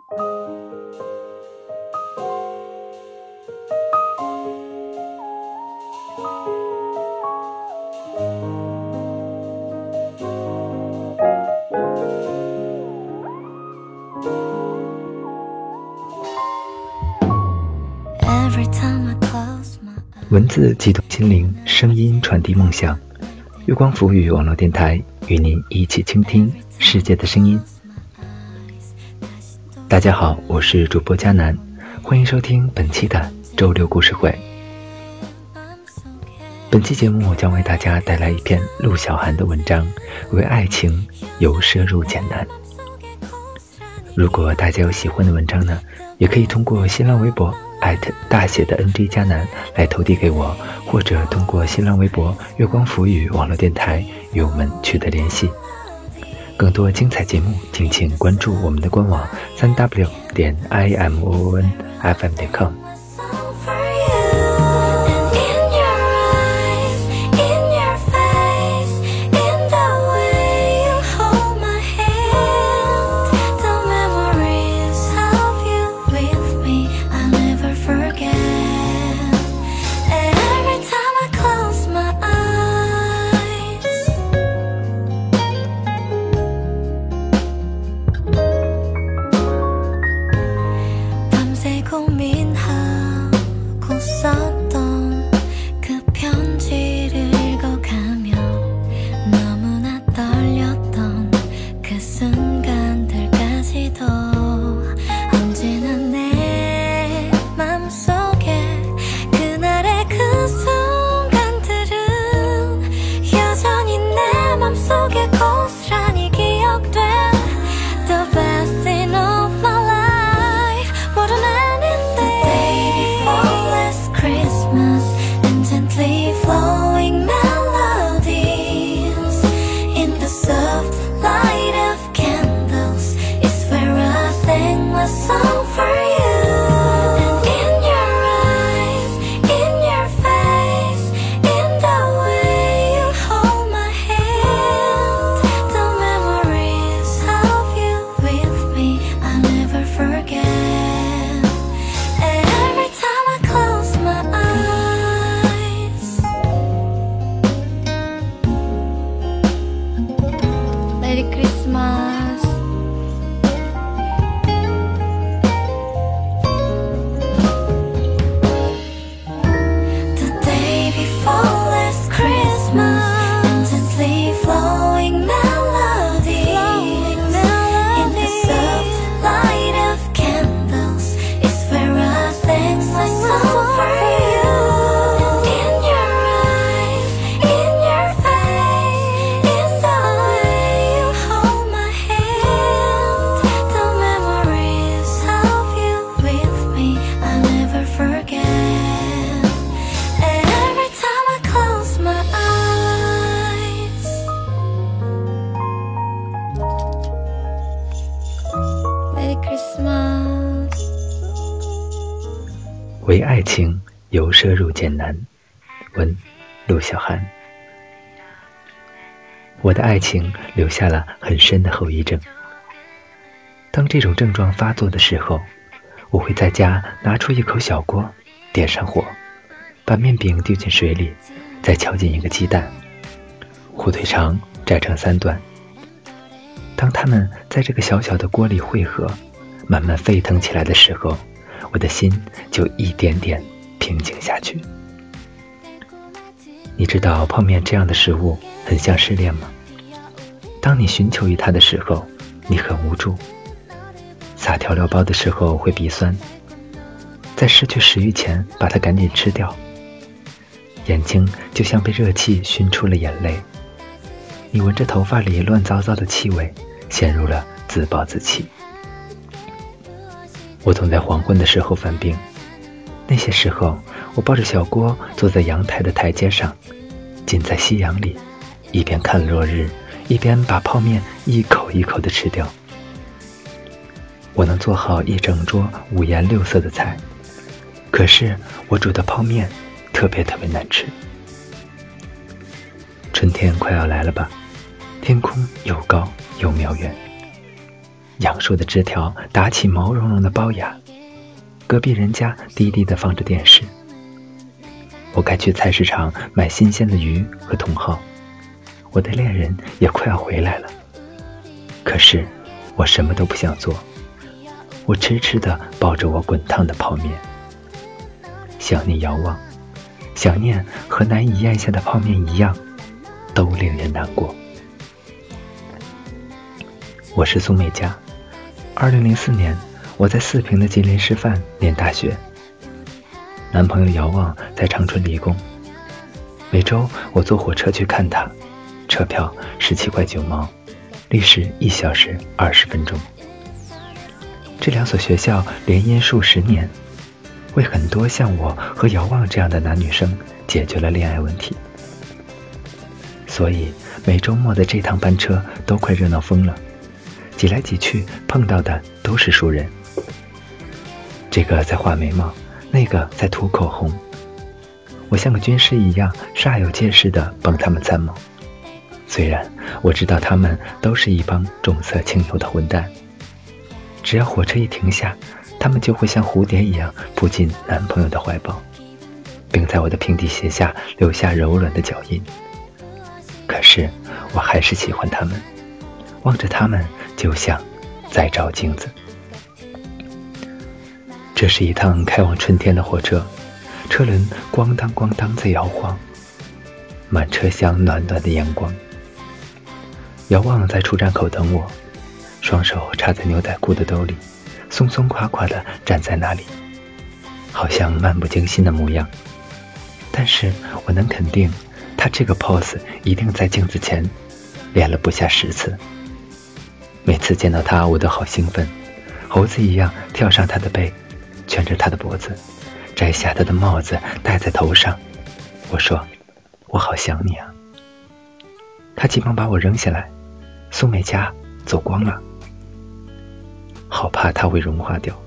文字激动心灵，声音传递梦想。月光浮语网络电台与您一起倾听世界的声音。大家好，我是主播佳南，欢迎收听本期的周六故事会。本期节目将为大家带来一篇陆小涵的文章，为爱情由奢入俭难。如果大家有喜欢的文章呢，也可以通过新浪微博大写的 NG 佳南来投递给我，或者通过新浪微博月光浮语网络电台与我们取得联系。更多精彩节目敬请关注我们的官网 www.imoonfm.com。为爱情由奢入俭难。文陆小涵。我的爱情留下了很深的后遗症。当这种症状发作的时候，我会在家拿出一口小锅，点上火，把面饼丢进水里，再敲进一个鸡蛋，火腿肠摘成3段。当它们在这个小小的锅里汇合，慢慢沸腾起来的时候，我的心就一点点平静下去。你知道泡面这样的食物很像失恋吗？当你寻求于它的时候，你很无助，撒调料包的时候会鼻酸，在失去食欲前把它赶紧吃掉，眼睛就像被热气熏出了眼泪，你闻着头发里乱糟糟的气味，陷入了自暴自弃。我总在黄昏的时候犯病，那些时候我抱着小锅坐在阳台的台阶上，浸在夕阳里，一边看落日，一边把泡面一口一口地吃掉。我能做好一整桌5颜6色的菜，可是我煮的泡面特别难吃。春天快要来了吧，天空又高又渺远， 杨树的枝条打起毛茸茸的包芽，隔壁人家低低地放着电视。我该去菜市场买新鲜的鱼和茼蒿，我的恋人也快要回来了。可是我什么都不想做，我痴痴地抱着我滚烫的泡面。想念遥望，想念和难以咽下的泡面一样，都令人难过。我是苏美佳，2004年我在四平的吉林师范念大学，男朋友遥望在长春理工，每周我坐火车去看他，车票17块9毛，历时1小时20分钟。这两所学校联姻数10年，为很多像我和遥望这样的男女生解决了恋爱问题。所以每周末的这趟班车都快热闹疯了，挤来挤去碰到的都是熟人，这个在画眉毛，那个在涂口红，我像个军师一样煞有介事地帮他们参谋。虽然我知道他们都是一帮重色轻友的混蛋，只要火车一停下，他们就会像蝴蝶一样扑进男朋友的怀抱，并在我的平底鞋下留下柔软的脚印。可是我还是喜欢他们，望着他们就像在照镜子。这是一趟开往春天的火车，车轮咣当咣当在摇晃，满车厢暖暖的阳光。遥望在出站口等我，双手插在牛仔裤的兜里，松松垮垮地站在那里，好像漫不经心的模样。但是我能肯定，他这个 pose 一定在镜子前练了不下10次。每次见到他我都好兴奋，猴子一样跳上他的背，圈着他的脖子，摘下他的帽子戴在头上。我说，我好想你啊。他急忙把我扔下来，苏美佳走光了，好怕他会融化掉。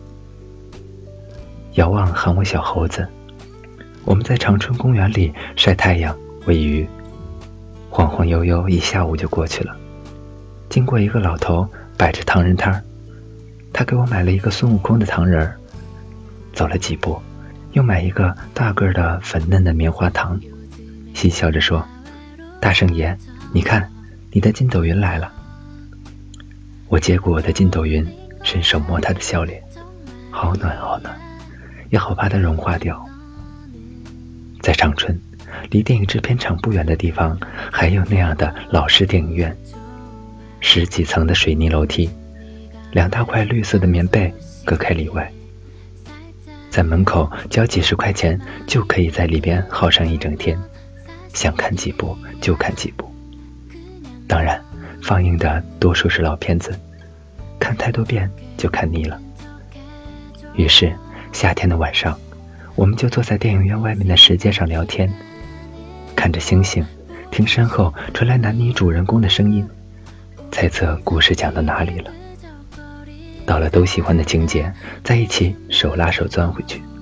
遥望喊我小猴子，我们在长春公园里晒太阳喂鱼，晃晃悠悠一下午就过去了。经过一个老头摆着糖人摊，他给我买了一个孙悟空的糖人，走了几步又买一个大个的粉嫩的棉花糖，嬉笑着说，大圣爷，你看你的筋斗云来了。我接过我的筋斗云，伸手摸他的笑脸，好暖好暖，也好怕它融化掉。在长春离电影制片厂不远的地方，还有那样的老式电影院，10几层的水泥楼梯，2大块绿色的棉被隔开里外，在门口交几10块钱就可以在里边耗上一整天，想看几部就看几部。当然放映的多数是老片子，看太多遍就看腻了。于是夏天的晚上，我们就坐在电影院外面的石阶上聊天，看着星星，听身后传来男女主人公的声音，猜测故事讲到哪里了。到了都喜欢的情节，在一起手拉手钻回去。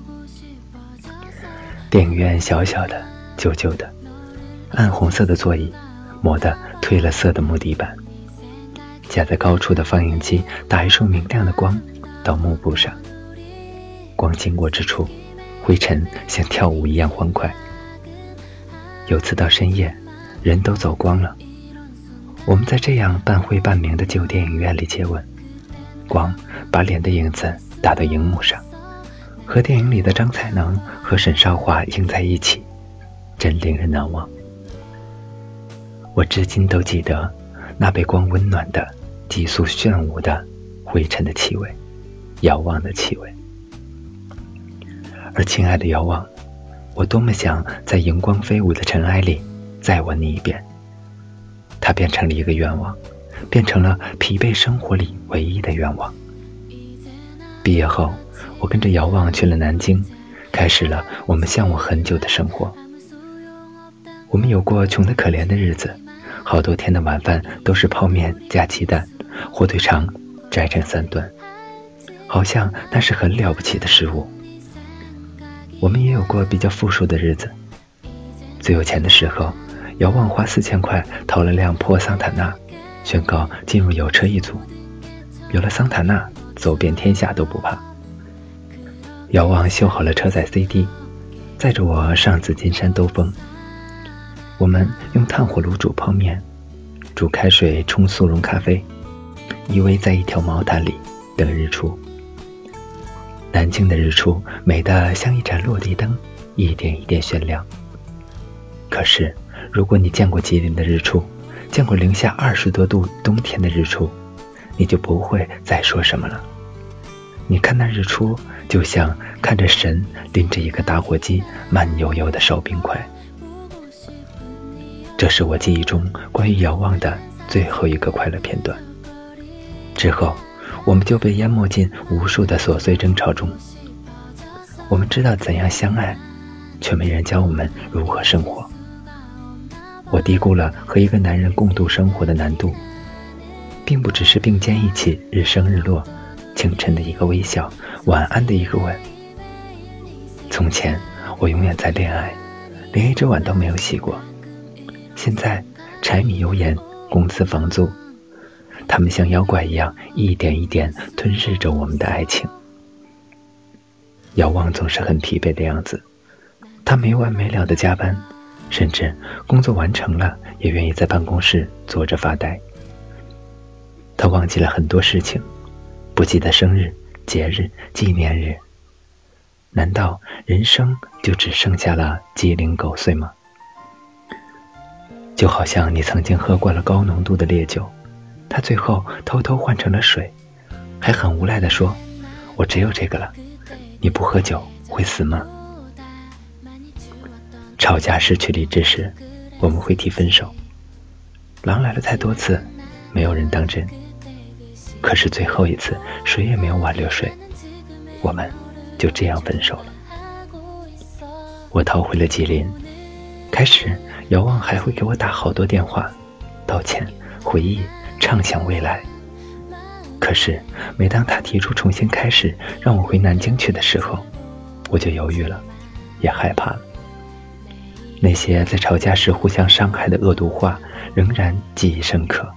电影院小小的旧旧的，暗红色的座椅，磨得褪了色的木地板，架在高处的放映机打一束明亮的光到幕布上，光经过之处，灰尘像跳舞一样欢快。有次到深夜，人都走光了，我们在这样半灰半明的旧电影院里接吻，光把脸的影子打到荧幕上，和电影里的张彩能和沈少华映在一起，真令人难忘。我至今都记得那被光温暖的急速炫舞的灰尘的气味，遥望的气味。而亲爱的遥望，我多么想在荧光飞舞的尘埃里再吻你一遍。它变成了一个愿望，变成了疲惫生活里唯一的愿望。毕业后，我跟着遥望去了南京，开始了我们向往很久的生活。我们有过穷得可怜的日子，好多天的晚饭都是泡面加鸡蛋，火腿肠摘成3段，好像那是很了不起的食物。我们也有过比较富庶的日子，最有钱的时候，遥望花4000块淘了辆破桑塔纳，宣告进入有车一族。 有了桑塔纳，走遍天下都不怕。遥望修好了车载 CD， 载着我上紫金山兜风。我们用炭火炉煮泡面，煮开水冲速溶咖啡，依偎在一条毛毯里等日出。南京的日出美得像一盏落地灯，一点一点炫亮。可是如果你见过吉林的日出，见过零下20多度冬天的日出，你就不会再说什么了。你看那日出，就像看着神拎着一个打火机慢悠悠地烧冰块。这是我记忆中关于遥望的最后一个快乐片段。之后我们就被淹没进无数的琐碎争吵中。我们知道怎样相爱，却没人教我们如何生活。我低估了和一个男人共度生活的难度，并不只是并肩一起日升日落，清晨的一个微笑，晚安的一个吻。从前我永远在恋爱，连一只碗都没有洗过。现在柴米油盐，工资房租，他们像妖怪一样一点一点吞噬着我们的爱情。遥望总是很疲惫的样子，他没完没了的加班，甚至工作完成了也愿意在办公室坐着发呆。他忘记了很多事情，不记得生日、节日、纪念日。难道人生就只剩下了鸡零狗碎吗？就好像你曾经喝过了高浓度的烈酒，他最后偷偷换成了水，还很无赖地说，我只有这个了，你不喝酒会死吗？吵架失去理智时，我们会提分手。狼来了太多次，没有人当真。可是最后一次，谁也没有挽留谁，我们就这样分手了。我逃回了吉林，开始遥望还会给我打好多电话，道歉、回忆、畅想未来。可是每当他提出重新开始，让我回南京去的时候，我就犹豫了，也害怕了。那些在吵架时互相伤害的恶毒话仍然记忆深刻。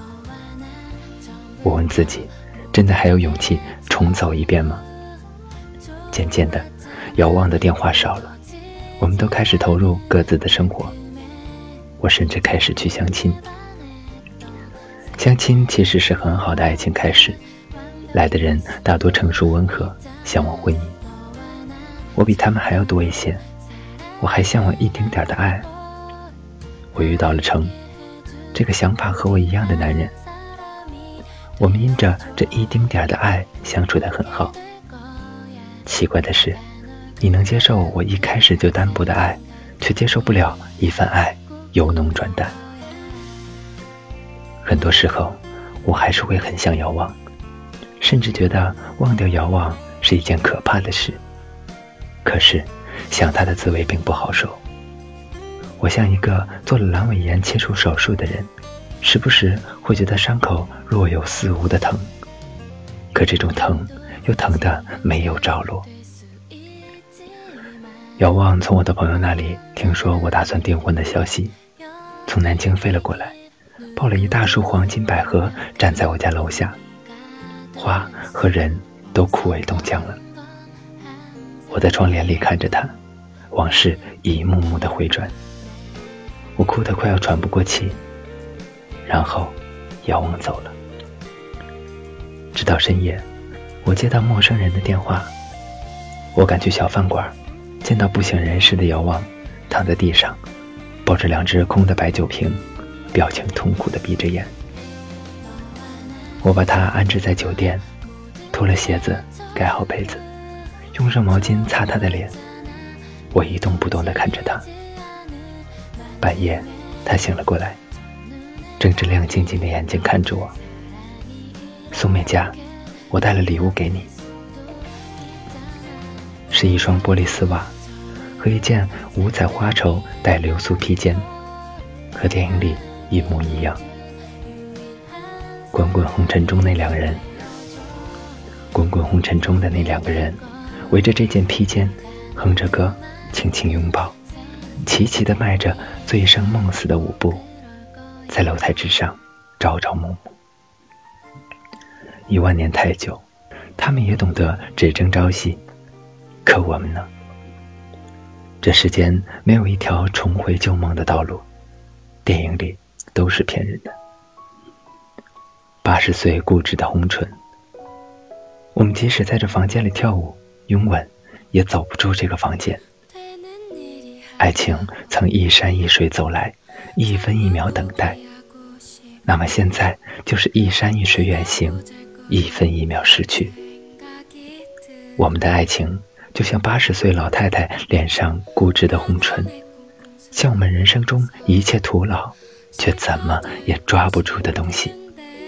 我问自己，真的还有勇气重走一遍吗？渐渐的，遥望的电话少了，我们都开始投入各自的生活。我甚至开始去相亲。相亲其实是很好的爱情开始，来的人大多成熟温和，向往婚姻。我比他们还要多一些，我还向往一丁点的爱。我遇到了程，这个想法和我一样的男人。我们因着这一丁点的爱相处得很好。奇怪的是，你能接受我一开始就单薄的爱，却接受不了一份爱由浓转淡。很多时候我还是会很想遥望，甚至觉得忘掉遥望是一件可怕的事。可是想他的滋味并不好受。我像一个做了阑尾炎切除手术的人，时不时会觉得伤口若有似无的疼，可这种疼又疼得没有着落。遥望从我的朋友那里听说我打算订婚的消息，从南京飞了过来，抱了一大束黄金百合站在我家楼下，花和人都枯萎冻僵了。我在窗帘里看着他，往事一幕幕的回转，我哭得快要喘不过气。然后遥望走了。直到深夜，我接到陌生人的电话，我赶去小饭馆，见到不省人事的遥望躺在地上，抱着2只空的白酒瓶，表情痛苦地闭着眼。我把他安置在酒店，脱了鞋子，盖好被子，用热毛巾擦他的脸。我一动不动地看着他。半夜他醒了过来，睁着亮晶晶的眼睛看着我。宋美嘉，我带了礼物给你，是一双玻璃丝袜和一件五彩花绸带流苏披肩，和电影里一模一样。滚滚红尘中的那两个人围着这件披肩哼着歌，轻轻拥抱，齐齐地迈着醉生梦死的舞步，在楼台之上朝朝暮暮。 1万年太久，他们也懂得只争朝夕，可我们呢？这世间没有一条重回旧梦的道路，电影里都是骗人的。80岁固执的红唇，我们即使在这房间里跳舞拥吻，也走不出这个房间。爱情曾一山一水走来，一分一秒等待，那么现在就是一山一水远行，一分一秒逝去。我们的爱情就像80岁老太太脸上固执的红唇，像我们人生中一切徒劳却怎么也抓不住的东西。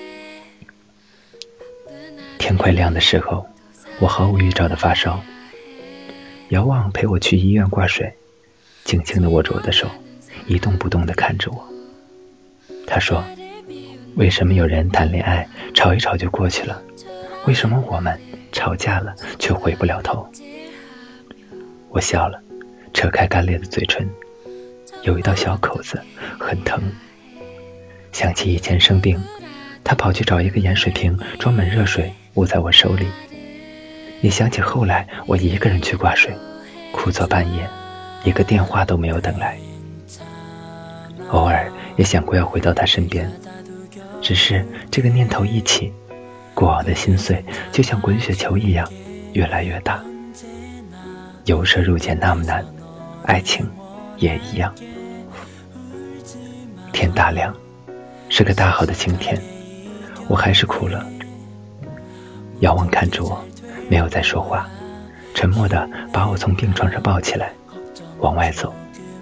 天快亮的时候，我毫无预兆的发烧，遥望陪我去医院挂水，轻轻地握着我的手，一动不动地看着我。他说，为什么有人谈恋爱吵一吵就过去了，为什么我们吵架了却回不了头？我笑了，扯开干裂的嘴唇，有一道小口子，很疼。想起以前生病，他跑去找一个盐水瓶，装满热水捂在我手里。也想起后来我一个人去挂水，哭作半夜，一个电话都没有等来。偶尔也想过要回到他身边，只是这个念头一起，过往的心碎就像滚雪球一样越来越大。由奢入俭那么难，爱情也一样。天大亮，是个大好的晴天，我还是哭了。遥望看着我，没有再说话，沉默地把我从病床上抱起来，往外走。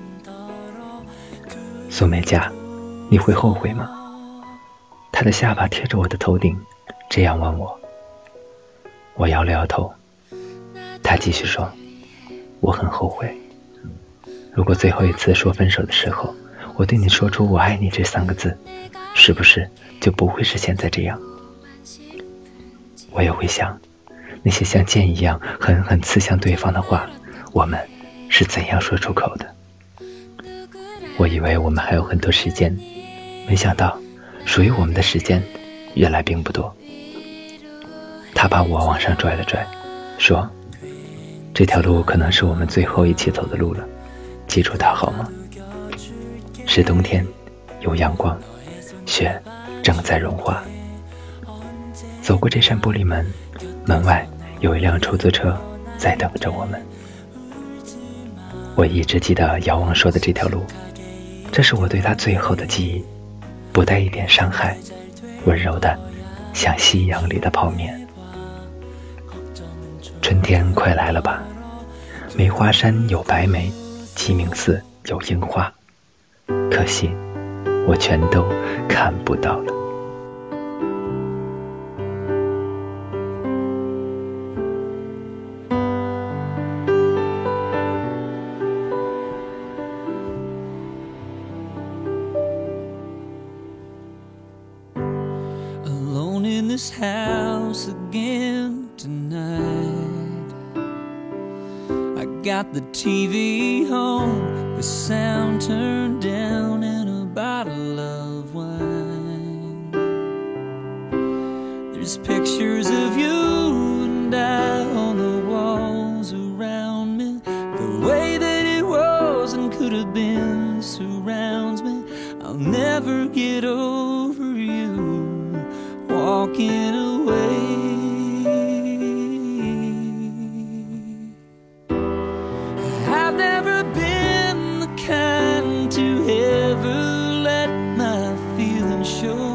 苏美嘉，你会后悔吗？他的下巴贴着我的头顶，这样问我。我摇了摇头。他继续说，我很后悔。如果最后一次说分手的时候，我对你说出我爱你这3个字，是不是就不会是现在这样？我也会想，那些像剑一样狠狠刺向对方的话，我们是怎样说出口的？我以为我们还有很多时间，没想到属于我们的时间原来并不多。他把我往上拽了拽，说，这条路可能是我们最后一起走的路了，记住它好吗？是冬天，有阳光，雪正在融化。走过这扇玻璃门，门外有一辆出租车在等着我们。我一直记得遥望说的这条路，这是我对他最后的记忆，不带一点伤害，温柔的像夕阳里的泡面。春天快来了吧，梅花山有白梅，鸡鸣寺有樱花，可惜我全都看不到了。 Alone in this house again tonight, I got the TV on, the sound turned down, and a bottle of wine. There's pictures of you and I on the walls around me. The way that it was and could have been surrounds me. I'll never get over you walking away. I've never been the kind to ever let my feelings show,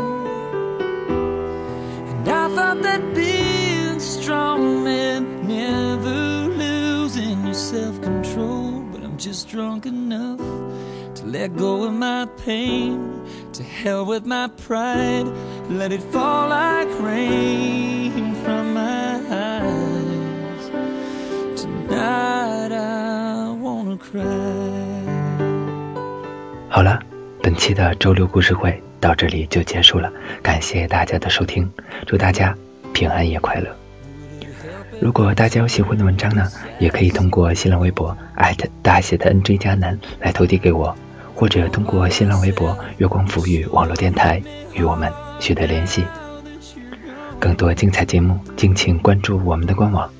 and I thought that being strong meant never losing your self-control. But I'm just drunk enough to let go of my pain. To hell with my pride, let it fall like rain from my eyes. Tonight I wanna cry. 好了，本期的周六故事会到这里就结束了，感谢大家的收听，祝大家平安夜快乐。如果大家有喜欢的文章呢，也可以通过新浪微博大写的 NJ 加南来投递给我，或者通过新浪微博月光浮语网络电台与我们取得联系。 更多精彩节目，敬请关注我们的官网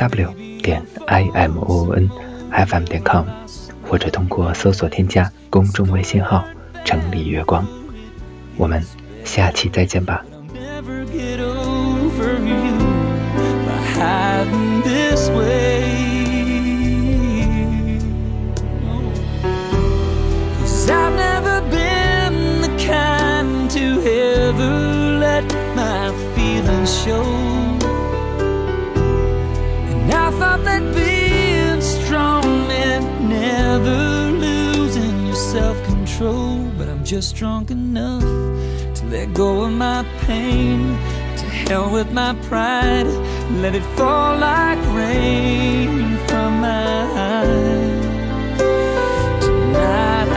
3w.imonfm.com， 或者通过搜索添加公众微信号城里月光。我们下期再见吧。 I've never been the kind to ever let my feelings show, and I thought that being strong meant never losing your self-control. But I'm just drunk enough to let go of my pain. To hell with my pride, let it fall like rain from my eyes. Tonight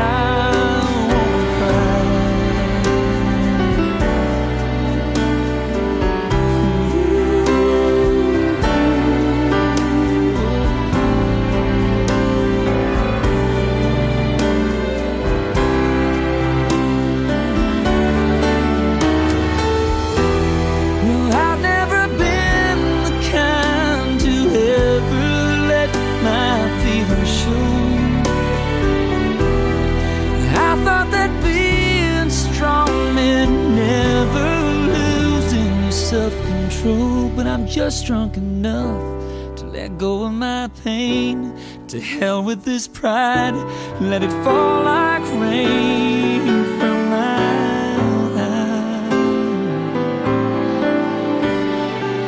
self-control, but I'm just drunk enough to let go of my pain. To hell with this pride, let it fall like rain from my eyes.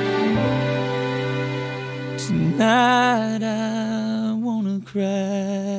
Tonight I wanna cry.